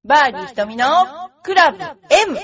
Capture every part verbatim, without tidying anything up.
バーディー瞳のクラブ M。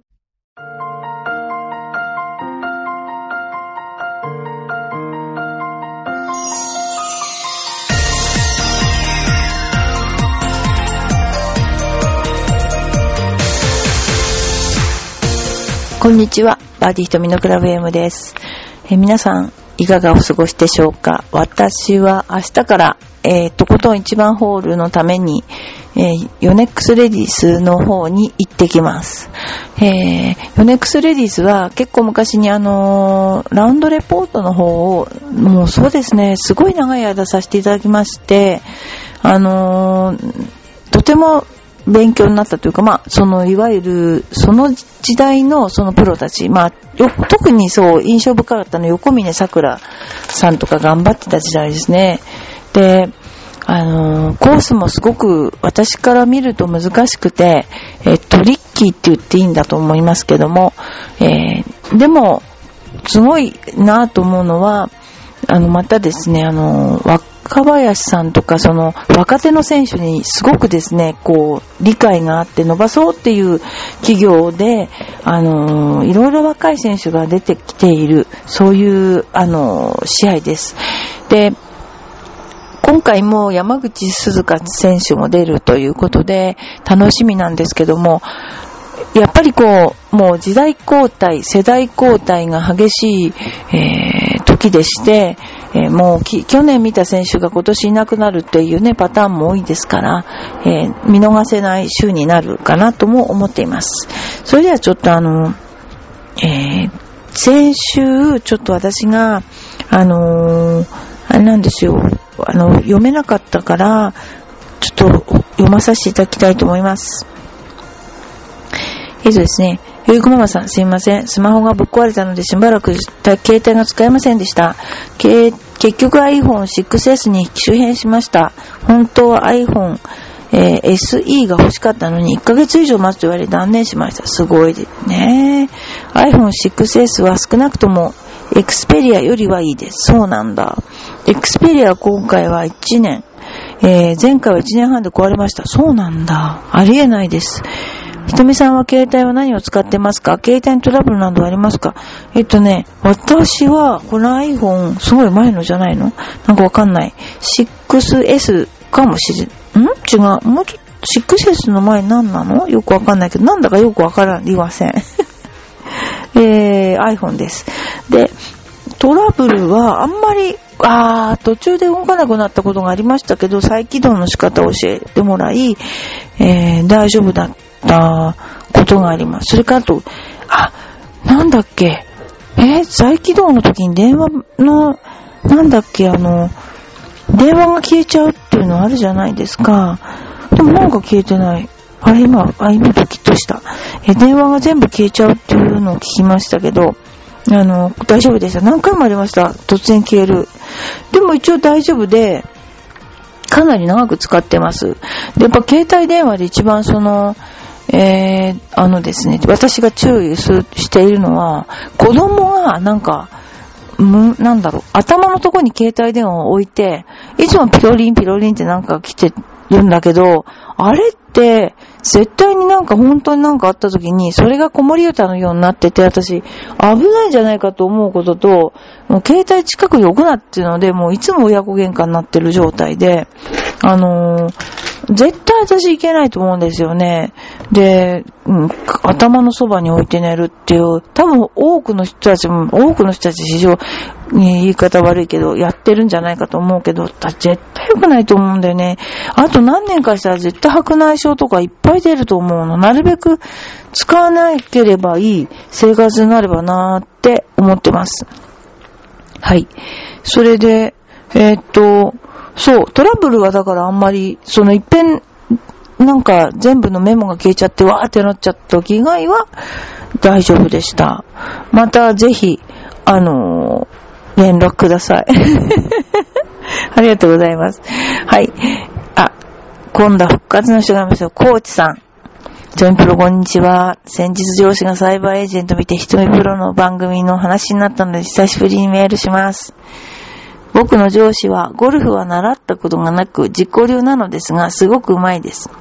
こんにちは、バーディー瞳のクラブ M です。え皆さんいかがお過ごしでしょうか。私は明日からえー、とことん一番ホールのために、えー、ヨネックスレディスの方に行ってきます。えー、ヨネックスレディスは結構昔にあのー、ラウンドレポートの方をもうそうですね、すごい長い間させていただきまして、あのー、とても勉強になったというか、まあ、そのいわゆるその時代のそのプロたち、まあ、よ特にそう印象深かったのは横峯さくらさんとか頑張ってた時代ですね。で、あのー、コースもすごく私から見ると難しくて、えー、トリッキーって言っていいんだと思いますけども、えー、でもすごいなと思うのは、あのまたですね、あのー、若林さんとかその若手の選手にすごくですね、こう理解があって伸ばそうっていう企業で、あのー、いろいろ若い選手が出てきている、そういうあのー、試合です。で、今回も山口鈴鹿選手も出るということで楽しみなんですけども、やっぱりこうもう時代交代、世代交代が激しい、えー、時でして、えー、もうき去年見た選手が今年いなくなるっていうねパターンも多いですから、えー、見逃せない週になるかなとも思っています。それではちょっとあの、えー、先週ちょっと私があのー、あれなんですよ、あの読めなかったからちょっと読まさせていただきたいと思います。えっとですね、ゆうくママさん、すいません。スマホがぶっ壊れたのでしばらく携帯が使えませんでした。結局 アイフォンシックスエス に機種変しました。本当は iPhone、えー、エスイー が欲しかったのにいっかげつ以上待つと言われ断念しました。すごいですね。アイフォンシックスエス は少なくともエクスペリアよりはいいです。そうなんだ。エクスペリア今回はいちねん、えー、前回はいちねんはんで壊れました。そうなんだ。ありえないです。ひとみさんは携帯は何を使ってますか？携帯にトラブルなどありますか？えっとね、私はこの iPhone すごい前のじゃないの？なんかわかんない。シックスエス かもしれん。ん？違う。もうちょっと シックスエス の前何なの？よくわかんないけど、なんだかよくわからんりません。えー、iPhone です。で、トラブルはあんまり、あー、途中で動かなくなったことがありましたけど、再起動の仕方を教えてもらい、えー、大丈夫だったことがあります。それからあと、あ、なんだっけ、えー、再起動の時に電話の、なんだっけ、あの、電話が消えちゃうっていうのあるじゃないですか。でもなんか消えてない。あれ今、あ、今ドキッとした。え、電話が全部消えちゃうっていうのを聞きましたけど、あの、大丈夫でした。何回もありました。突然消える。でも一応大丈夫で、かなり長く使ってます。で、やっぱ携帯電話で一番その、えー、あのですね、私が注意しているのは、子供がなんか、む、なんだろう、頭のところに携帯電話を置いて、いつもピロリンピロリンってなんか来てるんだけど、あれって、絶対になんか本当になんかあった時に、それが子守歌のようになってて、私、危ないんじゃないかと思うことと、もう携帯近くに置くなっていうので、もういつも親子喧嘩になってる状態で、あのー、絶対私いけないと思うんですよね。で、うん、頭のそばに置いて寝るっていう、多分多くの人たちも、多くの人たち史上、言い方悪いけど、やってるんじゃないかと思うけど、絶対良くないと思うんだよね。あと何年かしたら絶対白内障とかいっぱい出ると思うの。なるべく使わなければいい生活になればなーって思ってます。はい。それで、えー、っと、そう、トラブルはだからあんまり、その一遍、なんか全部のメモが消えちゃってわーってなっちゃった時以外は大丈夫でした。またぜひ、あのー、連絡ください。ありがとうございます。はい。あ、今度は復活の人がいますよ。コーチさん。ひとみプロこんにちは。先日上司がサイバーエージェント見てひとみプロの番組の話になったので久しぶりにメールします。僕の上司はゴルフは習ったことがなく自己流なのですがすごくうまいです。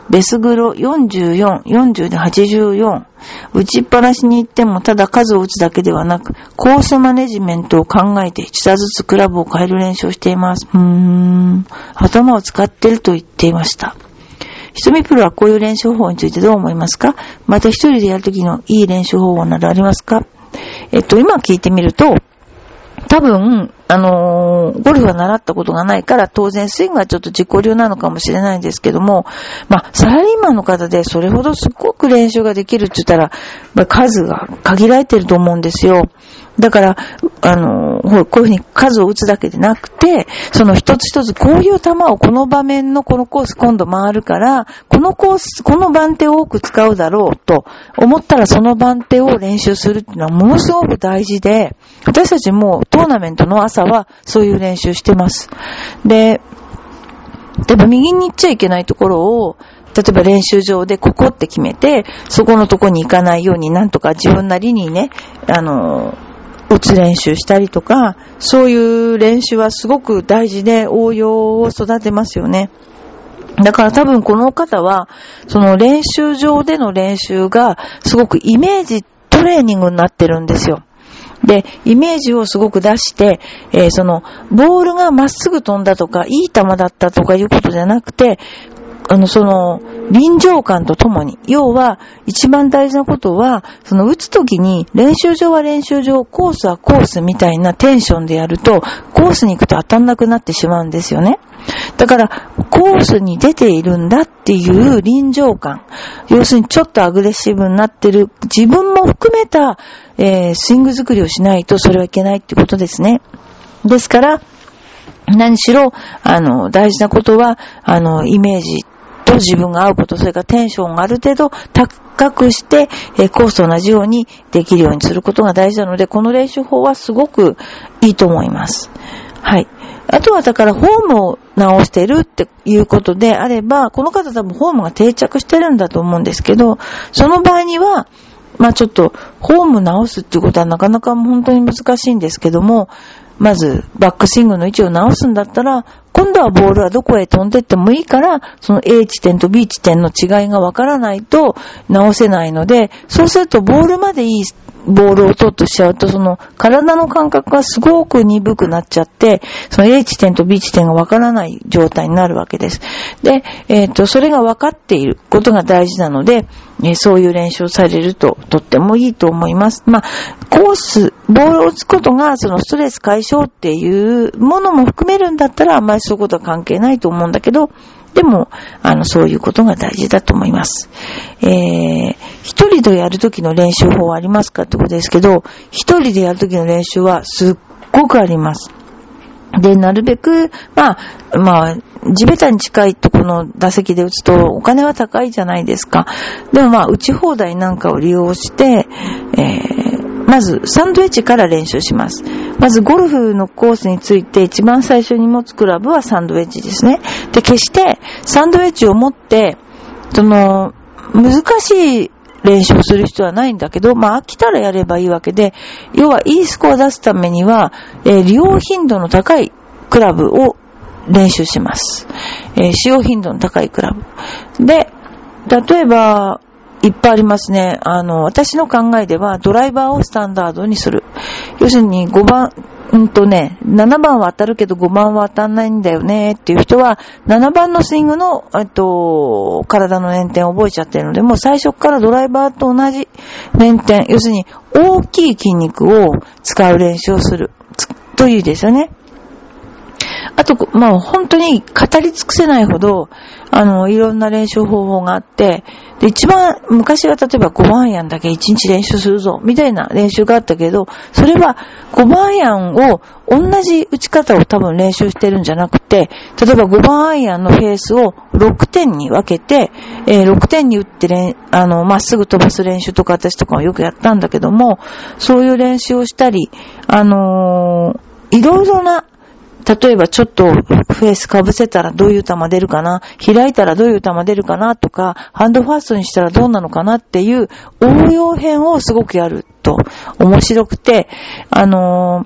ベスグロよんじゅうよん、よんじゅうではちじゅうよん。打ちっぱなしに行ってもただ数を打つだけではなく、コースマネジメントを考えて一打ずつクラブを変える練習をしています。うーん。頭を使っていると言っていました。ひとみプロはこういう練習法についてどう思いますか？また一人でやるときのいい練習方法などありますか？えっと、今聞いてみると、多分、あのー、ゴルフは習ったことがないから、当然スイングはちょっと自己流なのかもしれないんですけども、まあ、サラリーマンの方でそれほどすごく練習ができるって言ったら、まあ、数が限られてると思うんですよ。だから、あのー、こういうふうに数を打つだけでなくて、その一つ一つこういう球をこの場面のこのコース今度回るから、このコース、この番手を多く使うだろうと思ったらその番手を練習するっていうのはものすごく大事で、私たちもトーナメントの朝はそういう練習してます。で、例えば右に行っちゃいけないところを、例えば練習場でここって決めて、そこのとこに行かないようになんとか自分なりにね、あのー、打つ練習したりとか、そういう練習はすごく大事で応用を育てますよね。だから多分この方は、その練習場での練習がすごくイメージトレーニングになってるんですよ。で、イメージをすごく出して、えー、その、ボールがまっすぐ飛んだとか、いい球だったとかいうことじゃなくて、あの、その、臨場感とともに、要は、一番大事なことは、その、打つときに、練習場は練習場、コースはコースみたいなテンションでやると、コースに行くと当たんなくなってしまうんですよね。だから、コースに出ているんだっていう臨場感、要するにちょっとアグレッシブになってる、自分も含めた、えー、スイング作りをしないとそれはいけないってことですね。ですから、何しろ、あの、大事なことは、あの、イメージ、と自分が合うこと、それからテンションをある程度高くして、えー、コースと同じようにできるようにすることが大事なので、この練習法はすごくいいと思います。はい。あとはだからフォームを直してるっていうことであれば、この方多分フォームが定着してるんだと思うんですけど、その場合には、まあちょっとフォーム直すっていうことはなかなか本当に難しいんですけども、まずバックスイングの位置を直すんだったら、今度はボールはどこへ飛んでってもいいから、その A 地点と B 地点の違いがわからないと直せないので、そうするとボールまでいいボールを取っとしちゃうと、その体の感覚がすごく鈍くなっちゃって、その A 地点と B 地点がわからない状態になるわけです。で、えっと、それがわかっていることが大事なので、えー、そういう練習をされるととってもいいと思います。まあ、コース、ボールを打つことがそのストレス解消っていうものも含めるんだったら、あんまりそういうことは関係ないと思うんだけど、でも、あの、そういうことが大事だと思います。えー、一人でやるときの練習法はありますかってことですけど、一人でやるときの練習はすっごくあります。で、なるべく、まあ、まあ、地べたに近いとこの打席で打つとお金は高いじゃないですか。でもまあ、打ち放題なんかを利用して、えー、まずサンドウェッジから練習します。まずゴルフのコースについて一番最初に持つクラブはサンドウェッジですね。で、決してサンドウェッジを持って、その、難しい練習をする必要はないんだけど、まあ飽きたらやればいいわけで、要はいいスコアを出すためには、えー、利用頻度の高いクラブを練習します。えー、使用頻度の高いクラブ。で、例えば、いっぱいありますね。あの、私の考えではドライバーをスタンダードにする。要するにごばん、うんとね、ななばんは当たるけどごばんは当たんないんだよねっていう人は、ななばんのスイングの、えっと、体の捻転を覚えちゃってるので、もう最初からドライバーと同じ捻転、要するに大きい筋肉を使う練習をする。というですよね。あと、まあ本当に語り尽くせないほど、あの、いろんな練習方法があって、で、一番、昔は例えばごばんアイアンだけいちにち練習するぞ、みたいな練習があったけど、それはごばんアイアンを、同じ打ち方を多分練習してるんじゃなくて、例えばごばんアイアンのフェースをろくてんに分けて、えー、ろくてんに打ってれん、あの、まっすぐ飛ばす練習とか私とかもよくやったんだけども、そういう練習をしたり、あのー、いろいろな、例えばちょっとフェースかぶせたらどういう球出るかな、開いたらどういう球出るかなとか、ハンドファーストにしたらどうなのかなっていう応用編をすごくやると面白くて、あの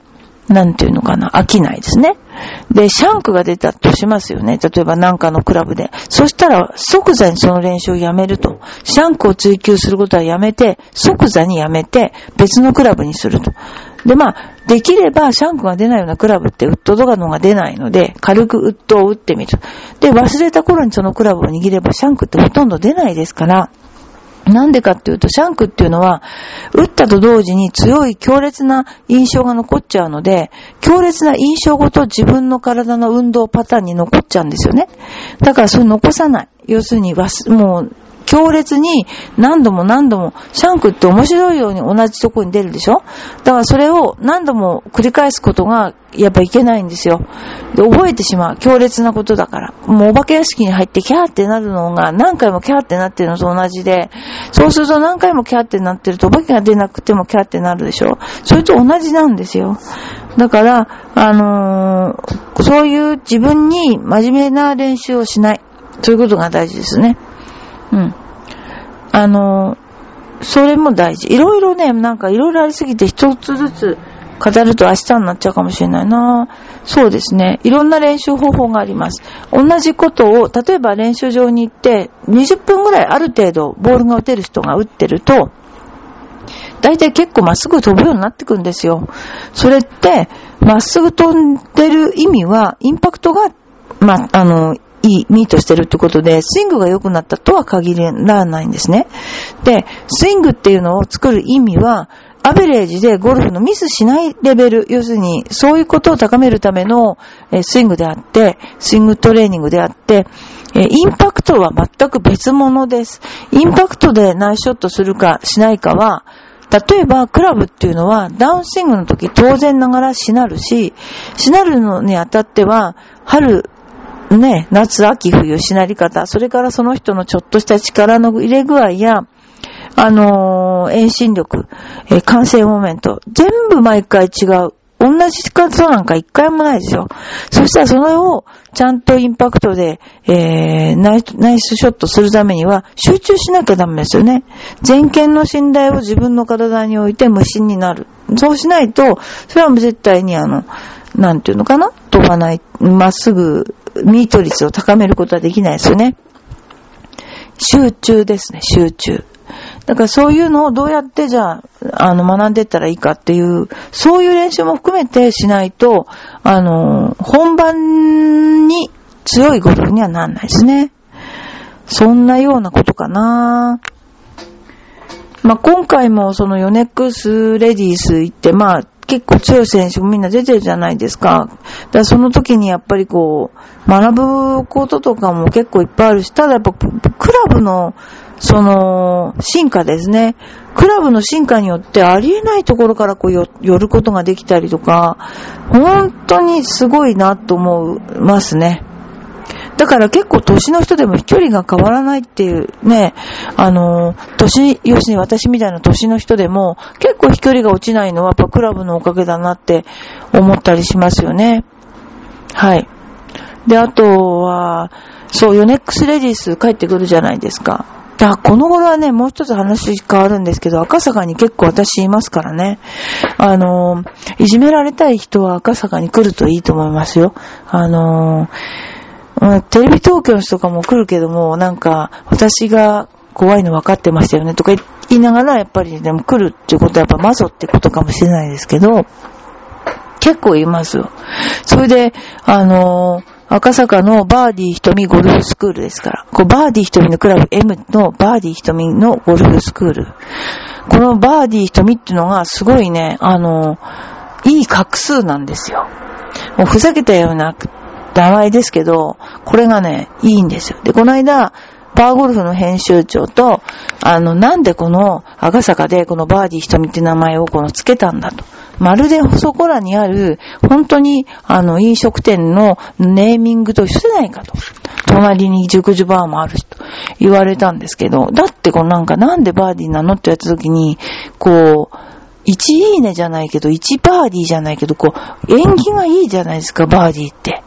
なんていうのかな、飽きないですね。で、シャンクが出たとしますよね。例えばなんかのクラブで。そしたら即座にその練習をやめると。シャンクを追求することはやめて、即座にやめて別のクラブにすると。で、まあ、できればシャンクが出ないようなクラブってウッドとかのが出ないので、軽くウッドを打ってみる。で、忘れた頃にそのクラブを握ればシャンクってほとんど出ないですから、なんでかっていうと、シャンクっていうのは、打ったと同時に強い強烈な印象が残っちゃうので、強烈な印象ごと自分の体の運動パターンに残っちゃうんですよね。だからそれ残さない。要するに、もう、強烈に何度も何度も、シャンクって面白いように同じところに出るでしょ？だからそれを何度も繰り返すことがやっぱいけないんですよ。で、覚えてしまう。強烈なことだから。もうお化け屋敷に入ってキャーってなるのが何回もキャーってなってるのと同じで、そうすると何回もキャーってなってるとお化けが出なくてもキャーってなるでしょ？それと同じなんですよ。だから、あのー、そういう自分に真面目な練習をしない。そういうことが大事ですね。うん。あの、それも大事。いろいろね、なんかいろいろありすぎて一つずつ語ると明日になっちゃうかもしれないな。そうですね。いろんな練習方法があります。同じことを、例えば練習場に行ってにじゅっぷんぐらいある程度ボールが打てる人が打ってると、大体結構まっすぐ飛ぶようになってくんですよ。それって、まっすぐ飛んでる意味は、インパクトが、まあ、あの、いい、ミートしてるってことで、スイングが良くなったとは限らないんですね。で、スイングっていうのを作る意味は、アベレージでゴルフのミスしないレベル、要するに、そういうことを高めるためのスイングであって、スイングトレーニングであって、インパクトは全く別物です。インパクトでナイスショットするかしないかは、例えばクラブっていうのはダウンスイングの時当然ながらしなるし、しなるのにあたっては、春、ね、夏、秋、冬、しなり方、それからその人のちょっとした力の入れ具合や、あのー、遠心力、えー、完成モメント、全部毎回違う。同じ方なんか一回もないでしょ。そしたらそれをちゃんとインパクトで、えー、ナイス、ナイスショットするためには集中しなきゃダメですよね。全権の信頼を自分の体において無心になる。そうしないと、それは絶対にあの、なんていうのかな？飛ばない、まっすぐ、ミート率を高めることはできないですよね。集中ですね、集中。だからそういうのをどうやってじゃあ、あの、学んでいったらいいかっていう、そういう練習も含めてしないと、あの、本番に強いゴルフにはならないですね。そんなようなことかな。まあ、今回もそのヨネックスレディース行って、まあ、結構強い選手もみんな出てるじゃないですか。だからその時にやっぱりこう、学ぶこととかも結構いっぱいあるし、ただやっぱクラブのその進化ですね。クラブの進化によってありえないところからこう寄ることができたりとか、本当にすごいなと思いますね。だから結構年の人でも飛距離が変わらないっていうね、あの、年、要するに私みたいな年の人でも結構飛距離が落ちないのはやっぱクラブのおかげだなって思ったりしますよね。はい。で、あとは、そう、ヨネックスレディース帰ってくるじゃないですか。だこの頃はね、もう一つ話変わるんですけど、赤坂に結構私いますからね。あの、いじめられたい人は赤坂に来るといいと思いますよ。あの、テレビ東京の人とかも来るけども、なんか、私が怖いの分かってましたよねとか言いながら、やっぱりでも来るっていうことはやっぱマゾってことかもしれないですけど、結構いますよ。それで、あの、赤坂のバーディー瞳ゴルフスクールですから、こうバーディー瞳のクラブ M のバーディー瞳のゴルフスクール。このバーディー瞳っていうのがすごいね、あの、いい画数なんですよ。もうふざけたような名前ですけど、これがね、いいんですよ。で、この間、パーゴルフの編集長と、あの、なんでこの赤坂でこのバーディー瞳って名前をこのつけたんだと。まるでそこらにある、本当に、あの、飲食店のネーミングと一緒じゃないかと。隣に熟女バーもあるしと言われたんですけど、だってこのなんかなんでバーディーなのってやった時に、こう、いちいいねじゃないけど、いちバーディーじゃないけど、こう、縁起がいいじゃないですか、バーディーって。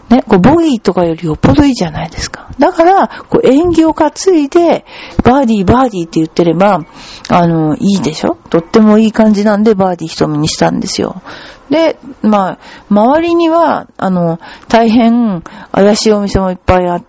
ね、こうボギーとかよりよっぽどいいじゃないですか。だから、こう縁起を担いで、バーディーバーディーって言ってれば、あの、いいでしょ？とってもいい感じなんで、バーディー瞳にしたんですよ。で、まあ、周りには、あの、大変怪しいお店もいっぱいあって、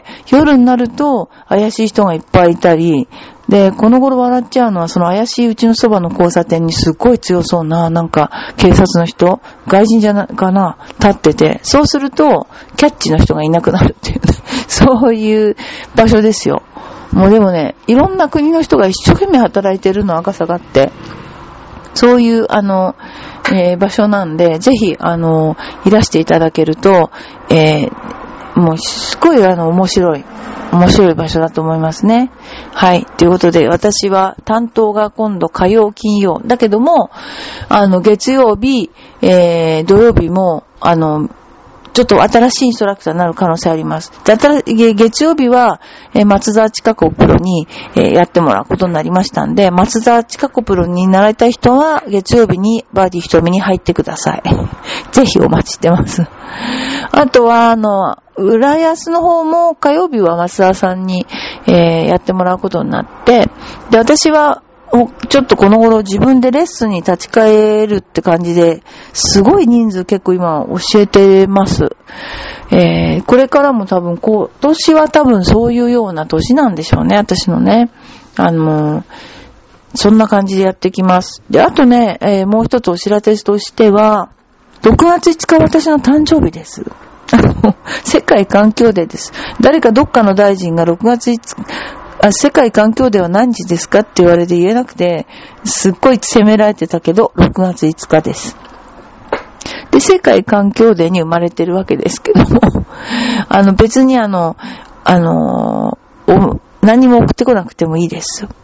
夜になると怪しい人がいっぱいいたり、で、この頃笑っちゃうのは、その怪しいうちのそばの交差点にすっごい強そうな、なんか、警察の人、外人じゃな、かな、立ってて、そうすると、キャッチの人がいなくなるっていう、ね、そういう場所ですよ。もうでもね、いろんな国の人が一生懸命働いてるの、赤坂って。そういう、あの、えー、場所なんで、ぜひ、あの、いらしていただけると、えー、もう、すっごい、あの、面白い。面白い場所だと思いますね。はい。ということで、私は担当が今度火曜、金曜。だけども、あの、月曜日、えー、土曜日も、あの、ちょっと新しいインストラクターになる可能性あります。だったら、月曜日は、えー、松沢千佳子プロに、えー、やってもらうことになりましたんで、松沢千佳子プロに習いたい人は、月曜日にバーディー瞳に入ってください。ぜひお待ちしてます。あとは、あの、浦安の方も火曜日は松沢さんに、えー、やってもらうことになって、で、私は、ちょっとこの頃自分でレッスンに立ち返るって感じで、すごい人数結構今教えてます。えー、これからも多分今年は多分そういうような年なんでしょうね、私のね。あの、そんな感じでやってきます。で、あとね、えー、もう一つお知らせとしては、ろくがついつか私の誕生日です。世界環境デーです。誰かどっかの大臣がろくがついつか、あ、世界環境デーは何時ですかって言われて言えなくて、すっごい責められてたけど、ろくがついつかです。で、世界環境デーに生まれてるわけですけども、あの別にあの、あの、何も送ってこなくてもいいです。違う。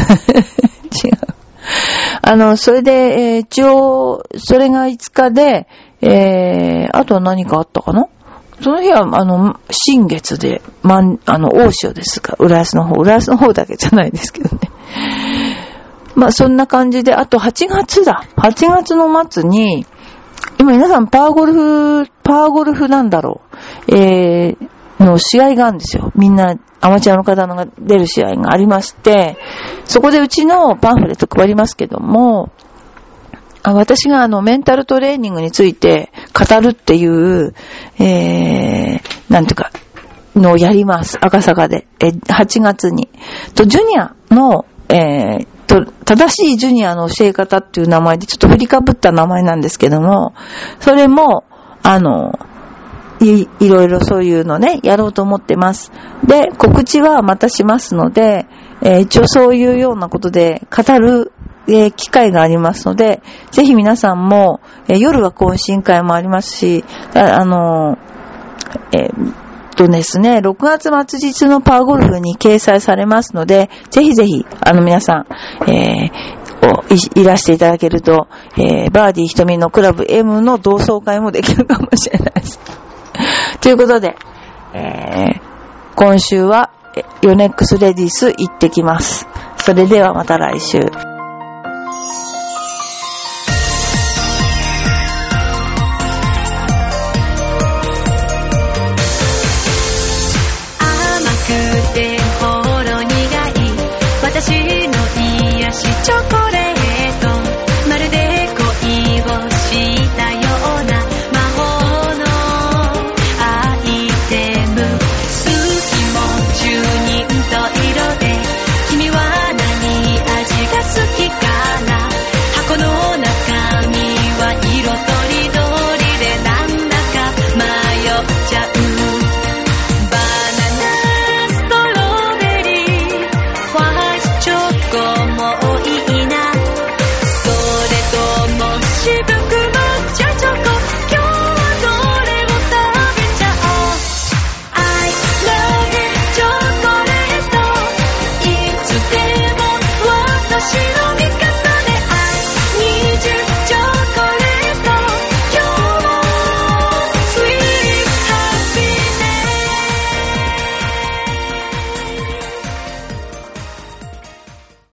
あの、それで、えー、一応、それがいつかで、えー、あとは何かあったかな？その日は、あの、新月で、まん、あの、大潮ですが、浦安の方、浦安の方だけじゃないですけどね。まあ、そんな感じで、あとはちがつだ。はちがつの末に、今皆さんパワーゴルフ、パワーゴルフなんだろう。えー、の試合があるんですよ。みんな、アマチュアの方のが出る試合がありまして、そこでうちのパンフレット配りますけども、あ、私があのメンタルトレーニングについて語るっていう、えー、なんていうか、のをやります。赤坂で。え、はちがつに。と、ジュニアの、えー、と、正しいジュニアの教え方っていう名前でちょっと振りかぶった名前なんですけども、それも、あの、い、いろいろそういうのね、やろうと思ってます。で、告知はまたしますので、えー、一応そういうようなことで語る、えー、機会がありますので、ぜひ皆さんも、えー、夜は懇親会もありますし、あ、あのー、えー、とですね、ろくがつ末日のパワーゴルフに掲載されますので、ぜひぜひ、あの皆さん、えー、い, いらしていただけると、えー、バーディー瞳のクラブ M の同窓会もできるかもしれないです。ということで、えー、今週はヨネックスレディス行ってきます。それではまた来週。